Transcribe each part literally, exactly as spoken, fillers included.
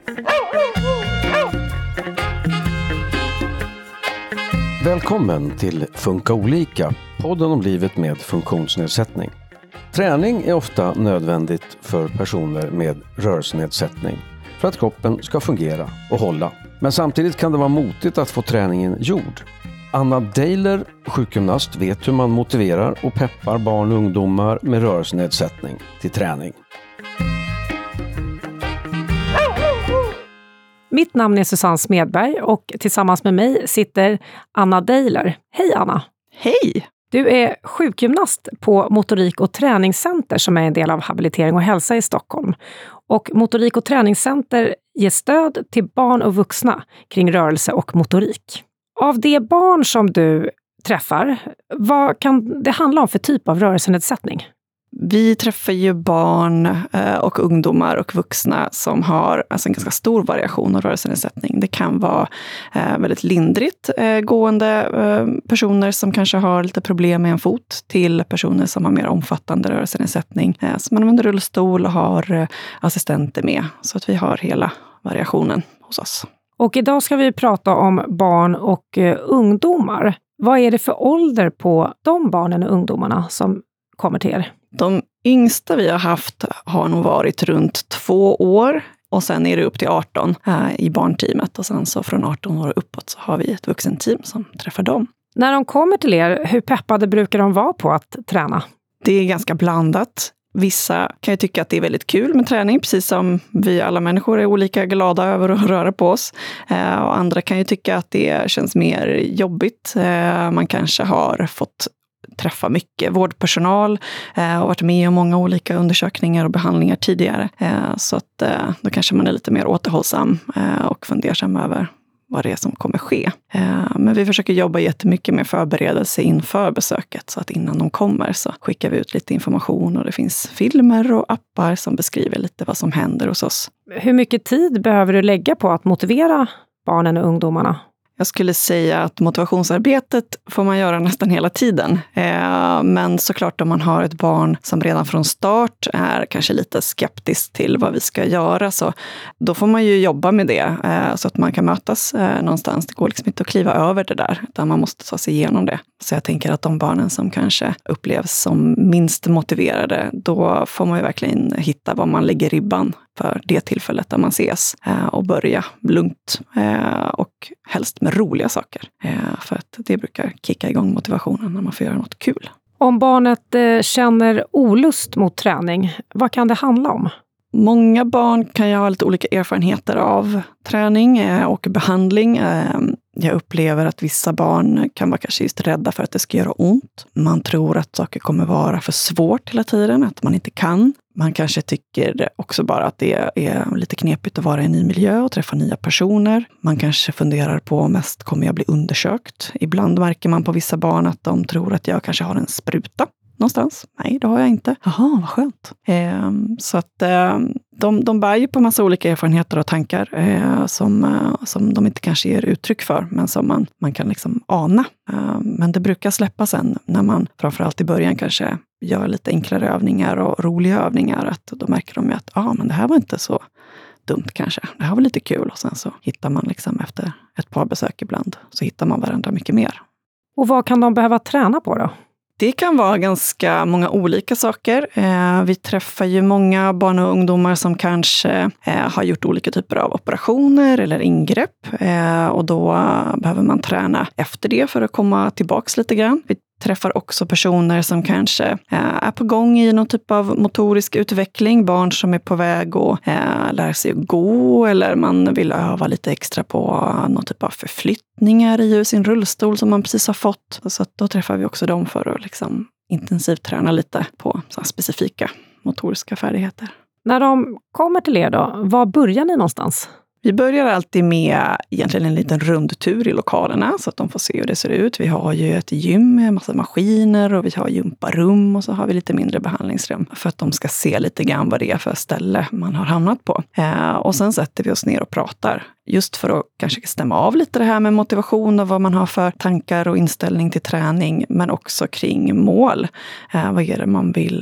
Välkommen till Funka olika, podden om livet med funktionsnedsättning. Träning är ofta nödvändigt för personer med rörelsenedsättning för att kroppen ska fungera och hålla. Men samtidigt kan det vara motigt att få träningen gjord. Anna Deiler, sjukgymnast, vet hur man motiverar och peppar barn och ungdomar med rörelsenedsättning till träning. Mitt namn är Susanne Smedberg och tillsammans med mig sitter Anna Deiler. Hej Anna! Hej! Du är sjukgymnast på Motorik- och träningscenter som är en del av habilitering och hälsa i Stockholm. Och Motorik- och träningscenter ger stöd till barn och vuxna kring rörelse och motorik. Av de barn som du träffar, vad kan det handla om för typ av rörelsenedsättning? Vi träffar ju barn och ungdomar och vuxna som har alltså en ganska stor variation av rörelsenedsättning. Det kan vara väldigt lindrigt gående personer som kanske har lite problem med en fot till personer som har mer omfattande rörelsenedsättning. Som använder rullstol och har assistenter med. Så att vi har hela variationen hos oss. Och idag ska vi prata om barn och ungdomar. Vad är det för ålder på de barnen och ungdomarna som kommer till er? De yngsta vi har haft har nog varit runt två år och sen är det upp till arton äh, i barnteamet. Och sen så från arton år uppåt så har vi ett vuxenteam som träffar dem. När de kommer till er, hur peppade brukar de vara på att träna? Det är ganska blandat. Vissa kan ju tycka att det är väldigt kul med träning, precis som vi alla människor är olika glada över att röra på oss. Eh, och andra kan ju tycka att det känns mer jobbigt. Eh, man kanske har fått träffa mycket vårdpersonal eh, och varit med om många olika undersökningar och behandlingar tidigare. Eh, så att eh, då kanske man är lite mer återhållsam eh, och fundersam över vad det är som kommer ske. Eh, men vi försöker jobba jättemycket med förberedelse inför besöket, så att innan de kommer så skickar vi ut lite information och det finns filmer och appar som beskriver lite vad som händer hos oss. Hur mycket tid behöver du lägga på att motivera barnen och ungdomarna? Jag skulle säga att motivationsarbetet får man göra nästan hela tiden. Eh, men såklart om man har ett barn som redan från start är kanske lite skeptisk till vad vi ska göra, så då får man ju jobba med det eh, så att man kan mötas eh, någonstans. Det går liksom inte att kliva över det där, utan man måste ta sig igenom det. Så jag tänker att de barnen som kanske upplevs som minst motiverade, då får man ju verkligen hitta var man lägger ribban för det tillfället där man ses eh, och börja lugnt eh, och helst med roliga saker. Eh, för att det brukar kicka igång motivationen när man får göra något kul. Om barnet eh, känner olust mot träning, vad kan det handla om? Många barn kan ju ha lite olika erfarenheter av träning eh, och behandling. Eh, jag upplever att vissa barn kan vara kanske just rädda för att det ska göra ont. Man tror att saker kommer vara för svårt hela tiden, att man inte kan. Man kanske tycker också bara att det är lite knepigt att vara i en ny miljö och träffa nya personer. Man kanske funderar på mest, kommer jag bli undersökt? Ibland märker man på vissa barn att de tror att jag kanske har en spruta någonstans. Nej, det har jag inte. Jaha, vad skönt. Eh, så att eh, de, de bär ju på massa olika erfarenheter och tankar eh, som, eh, som de inte kanske ger uttryck för, men som man, man kan liksom ana. Eh, men det brukar släppa sen när man framförallt i början kanske gör lite enklare övningar och roliga övningar, att då märker de ju att ah, men det här var inte så dumt kanske. Det här var lite kul, och sen så hittar man liksom efter ett par besök ibland så hittar man varandra mycket mer. Och vad kan de behöva träna på då? Det kan vara ganska många olika saker. Eh, vi träffar ju många barn och ungdomar som kanske eh, har gjort olika typer av operationer eller ingrepp. Eh, och då behöver man träna efter det för att komma tillbaks lite grann. Vi träffar också personer som kanske eh, är på gång i någon typ av motorisk utveckling. Barn som är på väg att eh, lära sig att gå, eller man vill öva lite extra på någon typ av förflyttningar i sin rullstol som man precis har fått. Så att då träffar vi också dem för att liksom intensivt träna lite på så här specifika motoriska färdigheter. När de kommer till er då, var börjar ni någonstans? Vi börjar alltid med egentligen en liten rundtur i lokalerna så att de får se hur det ser ut. Vi har ju ett gym med massa maskiner och vi har gymparum och så har vi lite mindre behandlingsrum för att de ska se lite grann vad det är för ställe man har hamnat på. Eh, och sen sätter vi oss ner och pratar just för att kanske stämma av lite det här med motivation och vad man har för tankar och inställning till träning, men också kring mål. Eh, vad är det man vill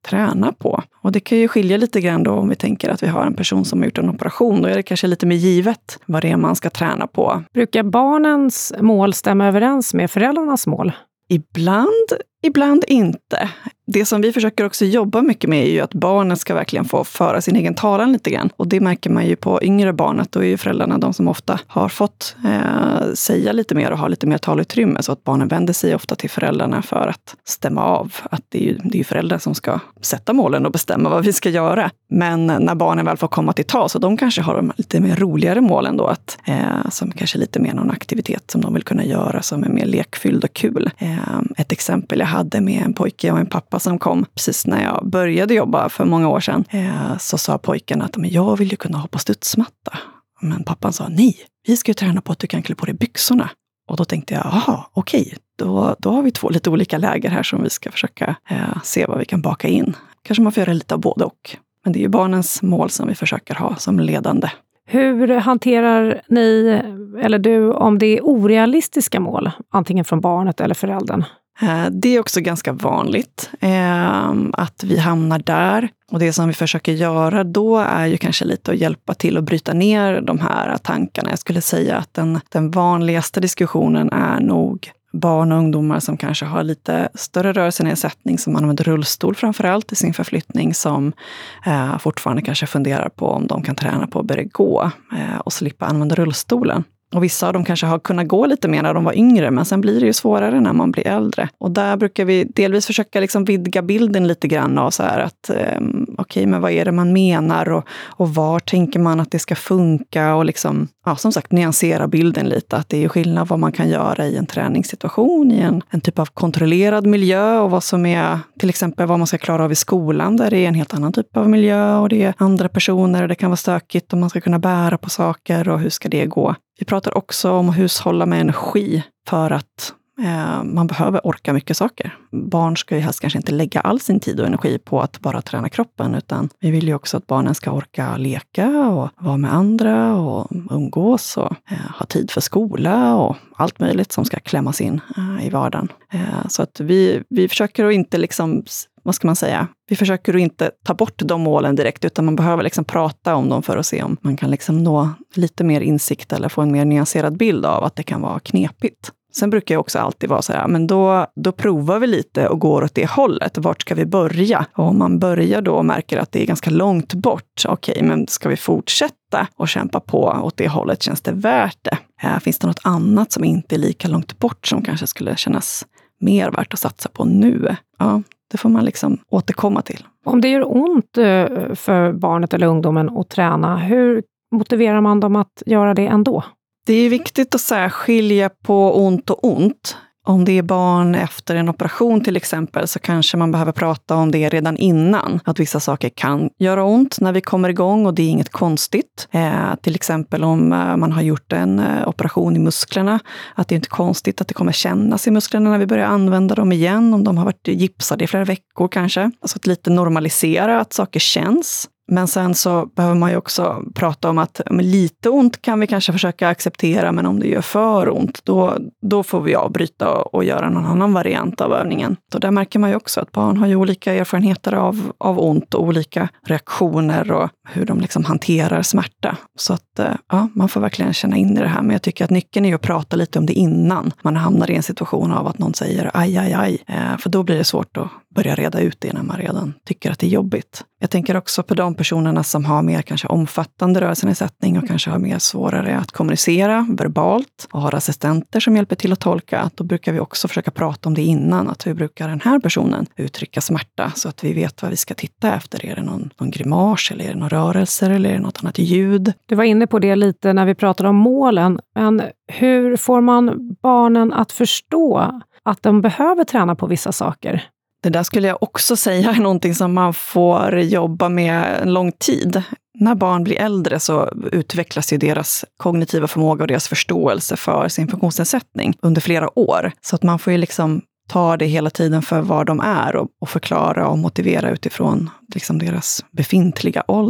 träna på. Och det kan ju skilja lite grann då om vi tänker att vi har en person som har gjort en operation. Då är det kanske lite mer givet vad det är man ska träna på. Brukar barnens mål stämma överens med föräldrarnas mål? Ibland, ibland inte. Det som vi försöker också jobba mycket med är ju att barnen ska verkligen få föra sin egen talan lite grann. Och det märker man ju på yngre barnet. Då är ju föräldrarna de som ofta har fått eh, säga lite mer och ha lite mer talutrymme. Så att barnen vänder sig ofta till föräldrarna för att stämma av. Att det är ju, det är ju föräldrar som ska sätta målen och bestämma vad vi ska göra. Men när barnen väl får komma till ta så de kanske har de lite mer roligare mål ändå. Att, eh, som kanske lite mer någon aktivitet som de vill kunna göra som är mer lekfylld och kul. Eh, ett exempel jag hade med en pojke och en pappa som kom precis när jag började jobba för många år sedan. Eh, så sa pojken att men jag vill ju kunna hoppa studsmatta. Men pappan sa nej, vi ska ju träna på att du kan klä på dig byxorna. Och då tänkte jag, aha, okej, då, då har vi två lite olika läger här som vi ska försöka eh, se vad vi kan baka in. Kanske man får göra lite av både och. Men det är ju barnens mål som vi försöker ha som ledande. Hur hanterar ni, eller du, om det är orealistiska mål, antingen från barnet eller föräldern? Det är också ganska vanligt eh, att vi hamnar där. Och det som vi försöker göra då är ju kanske lite att hjälpa till att bryta ner de här tankarna. Jag skulle säga att den, den vanligaste diskussionen är nog barn och ungdomar som kanske har lite större rörelsenedsättning, som använder rullstol framförallt i sin förflyttning, som eh, fortfarande kanske funderar på om de kan träna på att börja gå eh, och slippa använda rullstolen. Och vissa av dem kanske har kunnat gå lite mer när de var yngre, men sen blir det ju svårare när man blir äldre. Och där brukar vi delvis försöka liksom vidga bilden lite grann av så här att eh, okej, okay, men vad är det man menar och, och var tänker man att det ska funka och liksom, ja, som sagt, nyansera bilden lite. Att det är ju skillnad vad man kan göra i en träningssituation, i en, en typ av kontrollerad miljö och vad som är till exempel vad man ska klara av i skolan där det är en helt annan typ av miljö och det är andra personer och det kan vara stökigt och man ska kunna bära på saker och hur ska det gå. Vi pratar också om att hushålla med energi för att eh, man behöver orka mycket saker. Barn ska ju helst kanske inte lägga all sin tid och energi på att bara träna kroppen, utan vi vill ju också att barnen ska orka leka och vara med andra och umgås och eh, ha tid för skola och allt möjligt som ska klämmas in eh, i vardagen. Eh, så att vi, vi försöker att inte liksom, vad ska man säga? Vi försöker att inte ta bort de målen direkt, utan man behöver liksom prata om dem för att se om man kan liksom nå lite mer insikt eller få en mer nyanserad bild av att det kan vara knepigt. Sen brukar jag också alltid vara så här, men då, då provar vi lite och går åt det hållet. Vart ska vi börja? Och om man börjar då och märker att det är ganska långt bort, okej, men ska vi fortsätta och kämpa på åt det hållet? Känns det värt det? Äh, finns det något annat som inte är lika långt bort som kanske skulle kännas mer värt att satsa på nu? Ja, det får man liksom återkomma till. Om det gör ont för barnet eller ungdomen att träna, hur motiverar man dem att göra det ändå? Det är viktigt att särskilja på ont och ont. Om det är barn efter en operation till exempel så kanske man behöver prata om det redan innan. Att vissa saker kan göra ont när vi kommer igång och det är inget konstigt. Eh, till exempel om man har gjort en eh, operation i musklerna. Att det är inte konstigt att det kommer kännas i musklerna när vi börjar använda dem igen. Om de har varit gipsade i flera veckor kanske. Alltså att lite normalisera att saker känns. Men sen så behöver man ju också prata om att lite ont kan vi kanske försöka acceptera, men om det gör för ont, då, då får vi avbryta och, och göra någon annan variant av övningen. Så där märker man ju också att barn har ju olika erfarenheter av, av ont och olika reaktioner och hur de liksom hanterar smärta. Så att ja, man får verkligen känna in i det här. Men jag tycker att nyckeln är att prata lite om det innan man hamnar i en situation av att någon säger aj, aj, aj. För då blir det svårt att börja reda ut det när man redan tycker att det är jobbigt. Jag tänker också på de personerna som har mer kanske omfattande rörelsenedsättning och kanske har mer svårare att kommunicera verbalt och har assistenter som hjälper till att tolka. Då brukar vi också försöka prata om det innan, att hur brukar den här personen uttrycka smärta så att vi vet vad vi ska titta efter. Är det någon, någon grimas eller är det någon rörelser eller är det något annat ljud? Du var inne på det lite när vi pratade om målen, men hur får man barnen att förstå att de behöver träna på vissa saker? Det där skulle jag också säga är någonting som man får jobba med en lång tid. När barn blir äldre så utvecklas ju deras kognitiva förmåga och deras förståelse för sin funktionsnedsättning under flera år. Så att man får ju liksom ta det hela tiden för var de är och, och förklara och motivera utifrån liksom deras befintliga ålder.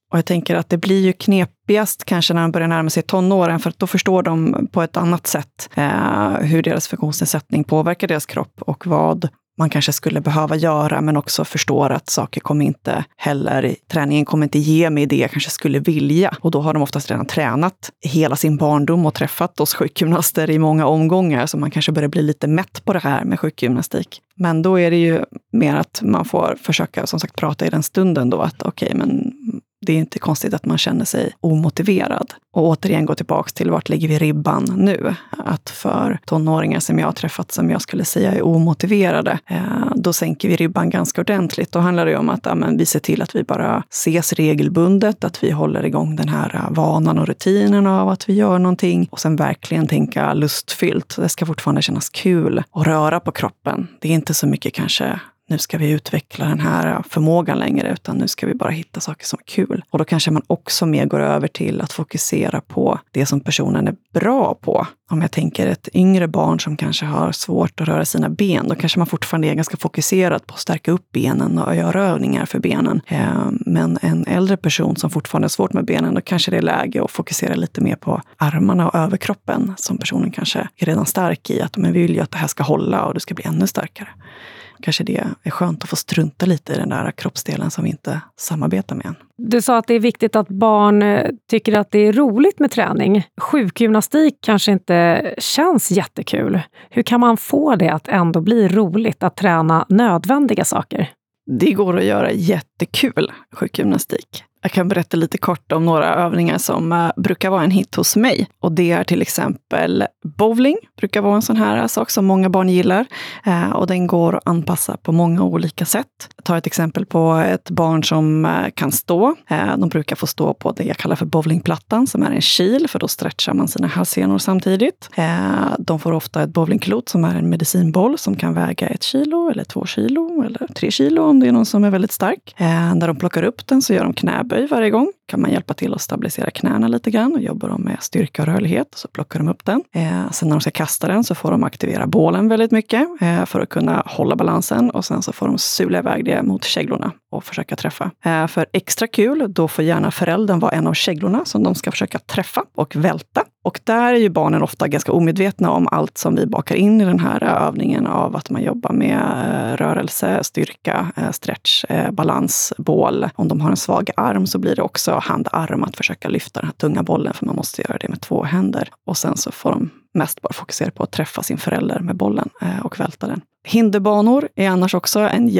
Och jag tänker att det blir ju knepigast kanske när de börjar närma sig tonåren, för att då förstår de på ett annat sätt eh, hur deras funktionsnedsättning påverkar deras kropp och vad man kanske skulle behöva göra, men också förstår att saker kommer inte heller, träningen kommer inte ge mig det jag kanske skulle vilja. Och då har de oftast redan tränat hela sin barndom och träffat oss sjukgymnaster i många omgångar, så man kanske börjar bli lite mätt på det här med sjukgymnastik. Men då är det ju mer att man får försöka, som sagt, prata i den stunden då, att okej, okay, men det är inte konstigt att man känner sig omotiverad. Och återigen gå tillbaka till vart lägger vi ribban nu? Att för tonåringar som jag har träffat som jag skulle säga är omotiverade, eh, då sänker vi ribban ganska ordentligt. Då handlar det om att ja, men vi ser till att vi bara ses regelbundet, att vi håller igång den här vanan och rutinen av att vi gör någonting. Och sen verkligen tänka lustfyllt. Det ska fortfarande kännas kul att röra på kroppen. Det är inte så mycket kanske nu ska vi utveckla den här förmågan längre, utan nu ska vi bara hitta saker som är kul. Och då kanske man också mer går över till att fokusera på det som personen är bra på. Om jag tänker ett yngre barn som kanske har svårt att röra sina ben, då kanske man fortfarande är ganska fokuserad på att stärka upp benen och göra övningar för benen. Men en äldre person som fortfarande har svårt med benen, då kanske det är läge att fokusera lite mer på armarna och överkroppen, som personen kanske är redan stark i. Att man vill ju att det här ska hålla och det ska bli ännu starkare. Kanske det är skönt att få strunta lite i den där kroppsdelen som vi inte samarbetar med än. Du sa att det är viktigt att barn tycker att det är roligt med träning. Sjukgymnastik kanske inte känns jättekul. Hur kan man få det att ändå bli roligt att träna nödvändiga saker? Det går att göra jättekul sjukgymnastik. Jag kan berätta lite kort om några övningar som uh, brukar vara en hit hos mig. Och det är till exempel bowling. Brukar vara en sån här sak som många barn gillar. Uh, och den går att anpassa på många olika sätt. Jag tar ett exempel på ett barn som uh, kan stå. Uh, de brukar få stå på det jag kallar för bowlingplattan, som är en kil, för då stretchar man sina halssenor samtidigt. Uh, de får ofta ett bowlingklot som är en medicinboll som kan väga ett kilo eller två kilo eller tre kilo om det är någon som är väldigt stark. Uh, när de plockar upp den så gör de knä böj varje gång. Kan man hjälpa till att stabilisera knäna lite grann och jobbar de med styrka och rörlighet, så plockar de upp den. Eh, sen när de ska kasta den så får de aktivera bålen väldigt mycket eh, för att kunna hålla balansen, och sen så får de sula iväg det mot käglorna och försöka träffa. Eh, för extra kul, då får gärna föräldern vara en av käglorna som de ska försöka träffa och välta. Och där är ju barnen ofta ganska omedvetna om allt som vi bakar in i den här övningen av att man jobbar med rörelse, styrka, stretch, balans, bål. Om de har en svag arm så blir det också hand-arm att försöka lyfta den här tunga bollen, för man måste göra det med två händer. Och sen så får de mest bara fokusera på att träffa sin förälder med bollen och välta den. Hinderbanor är annars också en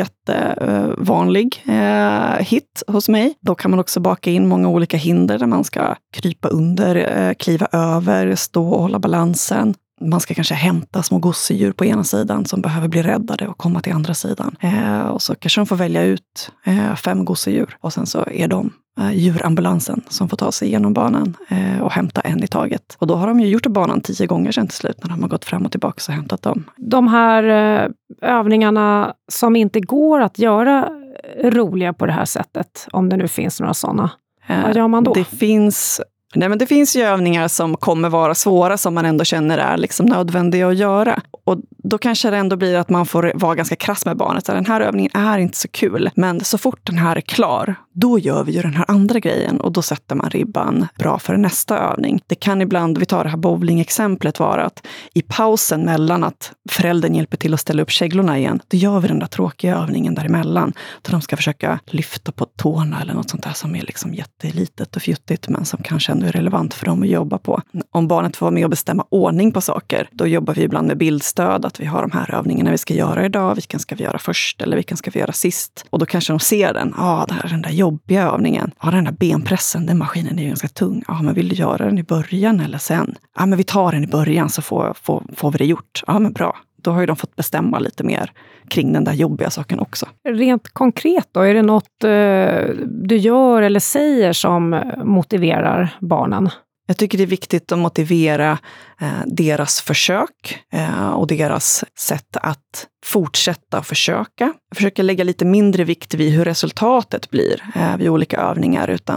jättevanlig eh, hit hos mig. Då kan man också baka in många olika hinder där man ska krypa under, eh, kliva över, stå och hålla balansen. Man ska kanske hämta små gosedjur på ena sidan som behöver bli räddade och komma till andra sidan. Eh, och så kanske de får välja ut eh, fem gosedjur, och sen så är de eh, djurambulansen som får ta sig igenom banan eh, och hämta en i taget. Och då har de ju gjort banan tio gånger sedan till slut, när de har gått fram och tillbaka och hämtat dem. De här eh, övningarna som inte går att göra roliga på det här sättet, om det nu finns några sådana, eh, vad gör man då? Det finns... Nej, men det finns ju övningar som kommer vara svåra, som man ändå känner är liksom nödvändiga att göra. Och då kanske det ändå blir att man får vara ganska krass med barnet. Så den här övningen är inte så kul, men så fort den här är klar, då gör vi ju den här andra grejen. Och då sätter man ribban bra för nästa övning. Det kan ibland, vi tar det här bowling-exemplet, vara att i pausen mellan att föräldern hjälper till att ställa upp käglorna igen, då gör vi den där tråkiga övningen däremellan. Då de ska försöka lyfta på tårna eller något sånt där som är liksom jättelitet och fjuttigt, men som kanske ändå är relevant för dem att jobba på. Om barnet får vara med och bestämma ordning på saker, då jobbar vi ibland med bildstöd, att vi har de här övningarna vi ska göra idag, vilken ska vi göra först eller vilken ska vi göra sist. Och då kanske de ser den, ja ah, det här är den där jobbiga övningen, ja ah, den där benpressen, den maskinen är ju ganska tung, ja ah, men vill du göra den i början eller sen? Ja ah, men vi tar den i början så får, får, får vi det gjort. Ja ah, men bra. Då har ju de fått bestämma lite mer kring den där jobbiga saken också. Rent konkret då, är det något eh, du gör eller säger som motiverar barnen? Jag tycker det är viktigt att motivera eh, deras försök eh, och deras sätt att fortsätta försöka. Försöka lägga lite mindre vikt vid hur resultatet blir eh, vid olika övningar, utan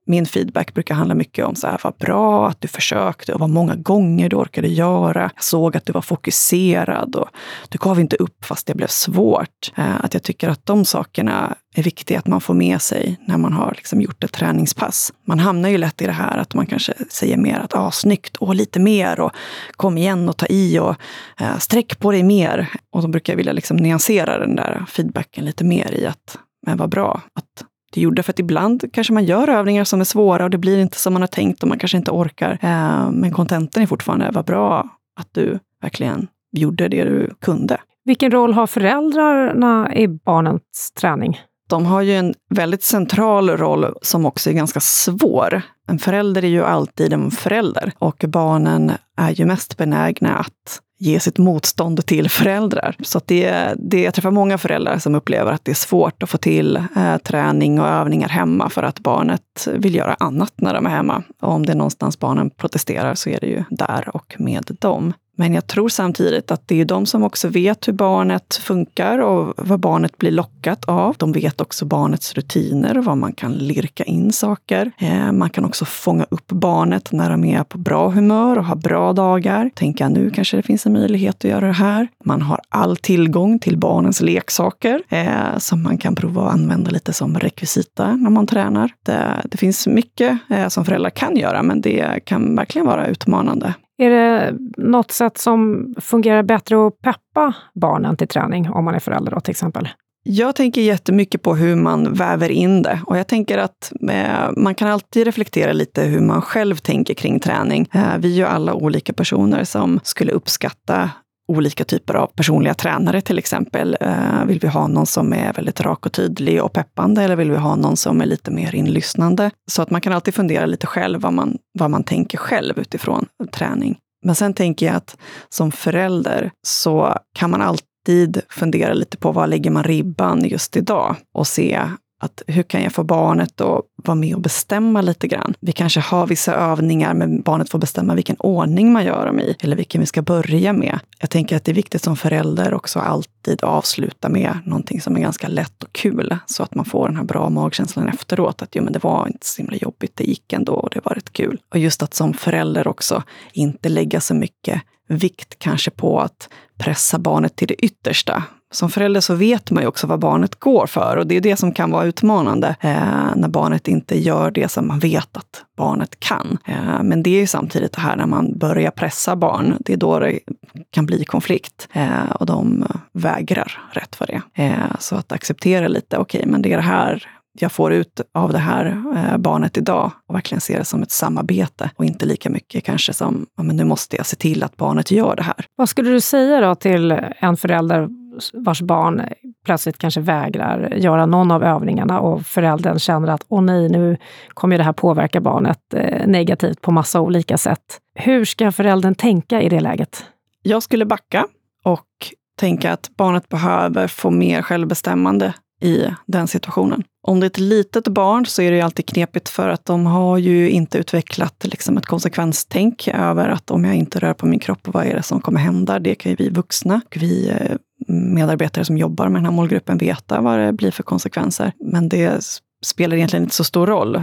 min feedback brukar handla mycket om så här, vad bra att du försökte och vad många gånger du orkade göra. Jag såg att du var fokuserad och du gav inte upp fast det blev svårt. Att jag tycker att de sakerna är viktiga att man får med sig när man har liksom gjort ett träningspass. Man hamnar ju lätt i det här att man kanske säger mer att ah, snyggt och lite mer och kom igen och ta i och eh, sträck på dig mer. Och då brukar jag vilja liksom nyansera den där feedbacken lite mer i att men vad bra att du gjorde, för att ibland kanske man gör övningar som är svåra och det blir inte som man har tänkt och man kanske inte orkar. Eh, men kontenten är fortfarande vad bra att du verkligen gjorde det du kunde. Vilken roll har föräldrarna i barnens träning? De har ju en väldigt central roll som också är ganska svår. En förälder är ju alltid en förälder och barnen är ju mest benägna att ge sitt motstånd till föräldrar. Så att det, det, jag träffar många föräldrar som upplever att det är svårt att få till eh, träning och övningar hemma för att barnet vill göra annat när de är hemma. Och om det är någonstans barnen protesterar så är det ju där och med dem. Men jag tror samtidigt att det är de som också vet hur barnet funkar och vad barnet blir lockat av. De vet också barnets rutiner och vad man kan lirka in saker. Eh, man kan också fånga upp barnet när de är på bra humör och har bra dagar. Tänka nu kanske det finns en möjlighet att göra det här. Man har all tillgång till barnens leksaker eh, som man kan prova att använda lite som rekvisita när man tränar. Det, det finns mycket eh, som föräldrar kan göra, men det kan verkligen vara utmanande. Är det något sätt som fungerar bättre att peppa barnen till träning om man är förälder då, till exempel? Jag tänker jättemycket på hur man väver in det. Och jag tänker att eh, man kan alltid reflektera lite hur man själv tänker kring träning. Eh, vi är ju alla olika personer som skulle uppskatta olika typer av personliga tränare till exempel. Eh, vill vi ha någon som är väldigt rak och tydlig och peppande, eller vill vi ha någon som är lite mer inlyssnande? Så att man kan alltid fundera lite själv vad man, vad man tänker själv utifrån träning. Men sen tänker jag att som förälder så kan man alltid fundera lite på vad lägger man ribban just idag och se att hur kan jag få barnet att vara med och bestämma lite grann. Vi kanske har vissa övningar men barnet får bestämma vilken ordning man gör dem i eller vilken vi ska börja med. Jag tänker att det är viktigt som förälder också alltid avsluta med någonting som är ganska lätt och kul så att man får den här bra magkänslan efteråt att jo, men det var inte så himla jobbigt, det gick ändå och det var rätt kul. Och just att som förälder också inte lägga så mycket vikt kanske på att pressa barnet till det yttersta. Som förälder så vet man ju också vad barnet går för och det är det som kan vara utmanande eh, när barnet inte gör det som man vet att barnet kan. Eh, men det är ju samtidigt det här när man börjar pressa barn, det är då det kan bli konflikt eh, och de vägrar rätt för det. Eh, så att acceptera lite, okej okay, men det är det här jag får ut av det här eh, barnet idag och verkligen se det som ett samarbete och inte lika mycket kanske som, ja, men nu måste jag se till att barnet gör det här. Vad skulle du säga då till en förälder vars barn plötsligt kanske vägrar göra någon av övningarna och föräldern känner att åh nej, nu kommer det här påverka barnet eh, negativt på massa olika sätt. Hur ska föräldern tänka i det läget? Jag skulle backa och tänka att barnet behöver få mer självbestämmande i den situationen. Om det är ett litet barn så är det ju alltid knepigt för att de har ju inte utvecklat liksom ett konsekvenstänk över att om jag inte rör på min kropp, vad är det som kommer hända? Det kan ju vi vuxna och vi medarbetare som jobbar med den här målgruppen veta vad det blir för konsekvenser. Men det spelar egentligen inte så stor roll.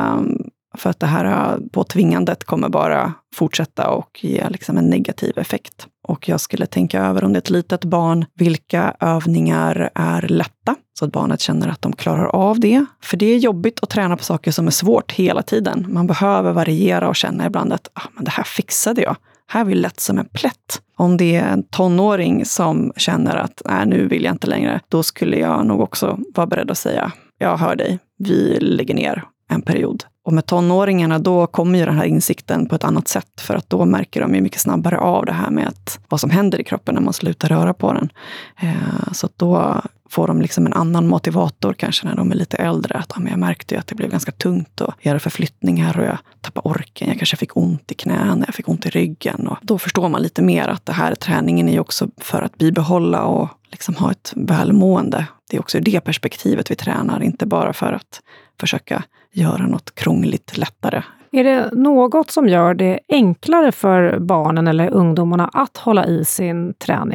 För att det här påtvingandet kommer bara fortsätta och ge liksom en negativ effekt. Och jag skulle tänka över om det är ett litet barn, vilka övningar är lätta? Så att barnet känner att de klarar av det. För det är jobbigt att träna på saker som är svårt hela tiden. Man behöver variera och känna ibland att ah, men det här fixade jag. Här är det lätt som en plätt. Om det är en tonåring som känner att nej, nu vill jag inte längre, då skulle jag nog också vara beredd att säga jag hör dig, vi lägger ner en period. Och med tonåringarna då kommer ju den här insikten på ett annat sätt för att då märker de ju mycket snabbare av det här med att, vad som händer i kroppen när man slutar röra på den. Eh, så att då får de liksom en annan motivator kanske när de är lite äldre. Att, ja, men jag märkte ju att det blev ganska tungt att göra förflyttningar och jag tappade orken. Jag kanske fick ont i knäna, jag fick ont i ryggen. Och då förstår man lite mer att det här träningen är ju också för att bibehålla och liksom ha ett välmående. Det är också i det perspektivet vi tränar, inte bara för att försöka göra något krångligt lättare. Är det något som gör det enklare för barnen eller ungdomarna att hålla i sin träning?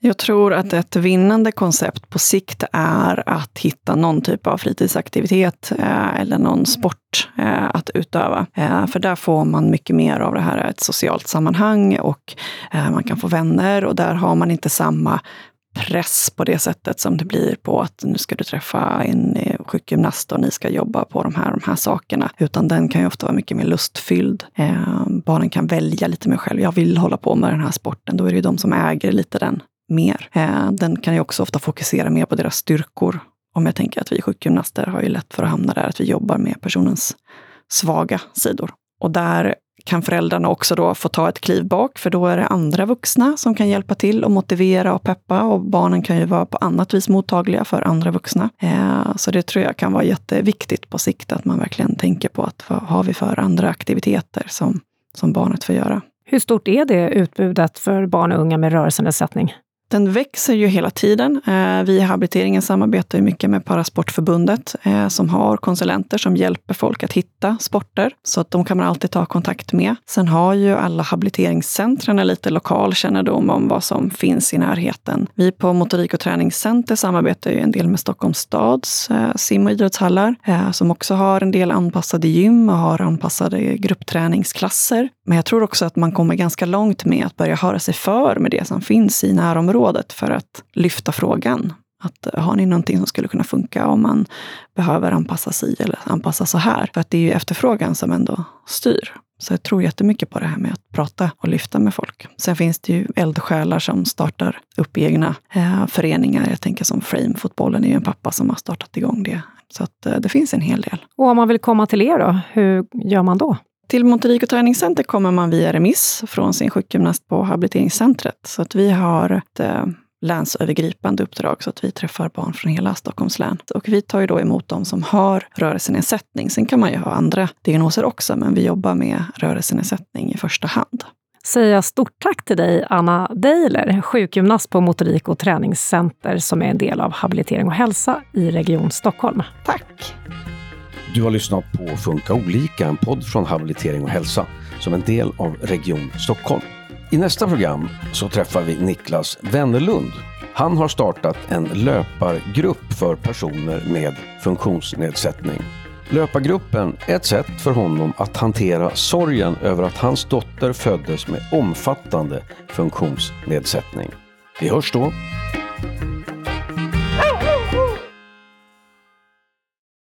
Jag tror att ett vinnande koncept på sikt är att hitta någon typ av fritidsaktivitet eh, eller någon sport eh, att utöva. Eh, för där får man mycket mer av det här, ett socialt sammanhang och eh, man kan få vänner, och där har man inte samma press på det sättet som det blir på att nu ska du träffa en sjukgymnast och ni ska jobba på de här, de här sakerna. Utan den kan ju ofta vara mycket mer lustfylld. Eh, barnen kan välja lite mer själv. Jag vill hålla på med den här sporten. Då är det ju de som äger lite den mer. Eh, den kan ju också ofta fokusera mer på deras styrkor. Om jag tänker att vi sjukgymnaster har ju lätt för att hamna där, att vi jobbar med personens svaga sidor. Och där kan föräldrarna också då få ta ett kliv bak, för då är det andra vuxna som kan hjälpa till och motivera och peppa, och barnen kan ju vara på annat vis mottagliga för andra vuxna. Eh, så det tror jag kan vara jätteviktigt på sikt, att man verkligen tänker på att vad har vi för andra aktiviteter som, som barnet får göra. Hur stort är det utbudet för barn och unga med rörelsenedsättning? Den växer ju hela tiden. Vi i habiliteringen samarbetar ju mycket med Parasportförbundet som har konsulenter som hjälper folk att hitta sporter. Så att de kan man alltid ta kontakt med. Sen har ju alla habiliteringscentren lite lokal kännedom om vad som finns i närheten. Vi på Motorik- och träningscenter samarbetar ju en del med Stockholms stads sim- och idrottshallar som också har en del anpassade gym och har anpassade gruppträningsklasser. Men jag tror också att man kommer ganska långt med att börja höra sig för med det som finns i närområdet för att lyfta frågan. Att har ni någonting som skulle kunna funka om man behöver anpassa sig eller anpassa så här? För att det är ju efterfrågan som ändå styr. Så jag tror jättemycket på det här med att prata och lyfta med folk. Sen finns det ju eldsjälar som startar upp egna eh, föreningar. Jag tänker som Frame-fotbollen är ju en pappa som har startat igång det. Så att eh, det finns en hel del. Och om man vill komma till er då, hur gör man då? Till Motorik- och träningscenter kommer man via remiss från sin sjukgymnast på habiliteringscentret. Så att vi har ett eh, länsövergripande uppdrag så att vi träffar barn från hela Stockholms län. Och vi tar ju då emot dem som har rörelsenedsättning. Sen kan man ju ha andra diagnoser också, men vi jobbar med rörelsenedsättning i första hand. Säger jag stort tack till dig, Anna Deiler, sjukgymnast på Motorik- och träningscenter som är en del av habilitering och hälsa i Region Stockholm. Tack! Du har lyssnat på Funka olika, en podd från Habilitering och hälsa som en del av Region Stockholm. I nästa program så träffar vi Niklas Wennerlund. Han har startat en löpargrupp för personer med funktionsnedsättning. Löpargruppen är ett sätt för honom att hantera sorgen över att hans dotter föddes med omfattande funktionsnedsättning. Vi hörs då!